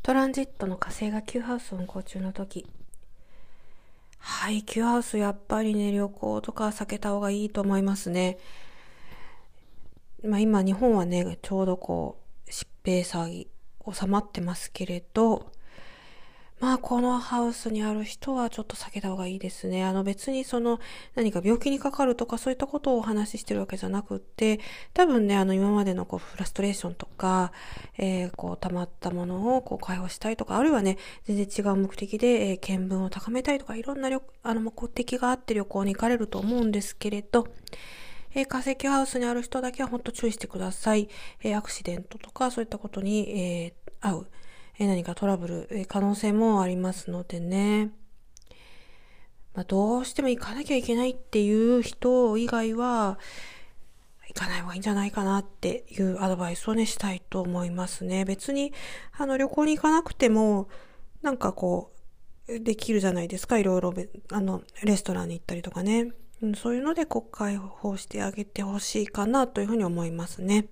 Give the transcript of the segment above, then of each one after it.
トランジットの火星が Q ハウスを運行中の時。はい、Q ハウスやっぱりね、旅行とか避けた方がいいと思いますね。今日本はね、ちょうど疾病騒ぎ収まってますけれど、このハウスにある人はちょっと避けた方がいいですね。別に何か病気にかかるとかそういったことをお話ししてるわけじゃなくって、多分ね、今までのフラストレーションとか、溜まったものを解放したいとか、あるいはね、全然違う目的で、見聞を高めたいとか、いろんな目的があって旅行に行かれると思うんですけれど、化石ハウスにある人だけは本当注意してください。アクシデントとかそういったことに、遭う。何かトラブル、可能性もありますのでね。どうしても行かなきゃいけないっていう人以外は、行かない方がいいんじゃないかなっていうアドバイスをね、したいと思いますね。別に、旅行に行かなくても、できるじゃないですか。いろいろ、レストランに行ったりとかね。そういうので、解放してあげてほしいかなというふうに思いますね。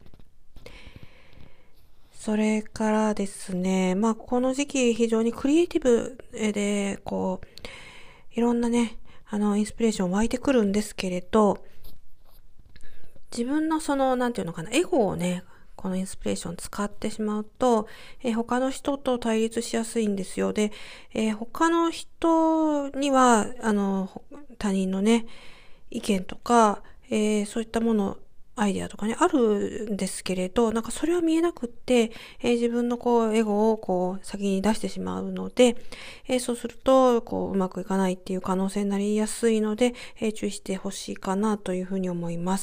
それからですね、この時期非常にクリエイティブで、いろんなね、インスピレーション湧いてくるんですけれど、自分のなんていうのかな、エゴをね、このインスピレーション使ってしまうと、他の人と対立しやすいんですよ。で、他の人には、他人のね、意見とか、そういったもの、アイデアとかね、あるんですけれど、それは見えなくって、自分のエゴを先に出してしまうので、そうすると、うまくいかないっていう可能性になりやすいので、注意してほしいかなというふうに思います。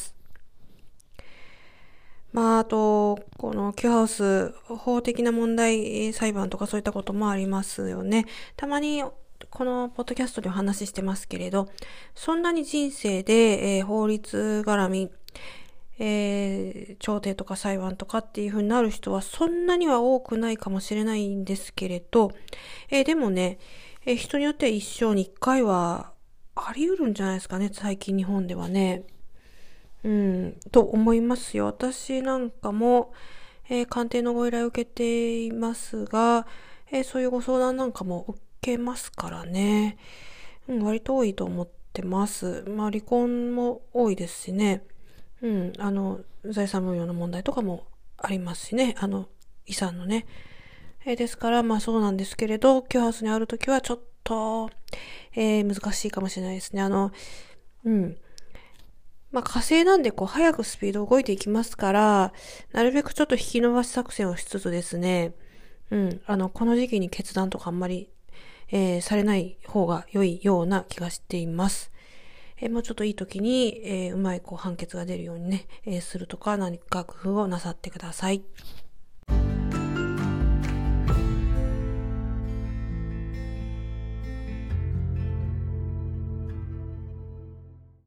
あと、この Q ハウス、法的な問題、裁判とかそういったこともありますよね。たまに、このポッドキャストでお話ししてますけれど、そんなに人生で、法律絡み、調停とか裁判とかっていう風になる人はそんなには多くないかもしれないんですけれど、でもね、人によっては一生に一回はあり得るんじゃないですかね、最近日本ではね。と思いますよ。私なんかも、鑑定のご依頼を受けていますが、そういうご相談なんかも受けますからね。割と多いと思ってます。離婚も多いですしね。財産分与の問題とかもありますしね。遺産のね。ですから、そうなんですけれど、Qハウスにあるときはちょっと、難しいかもしれないですね。火星なんで早くスピード動いていきますから、なるべくちょっと引き伸ばし作戦をしつつですね、この時期に決断とかあんまり、されない方が良いような気がしています。もうちょっといい時に、うまい判決が出るようにね、するとか何か工夫をなさってください。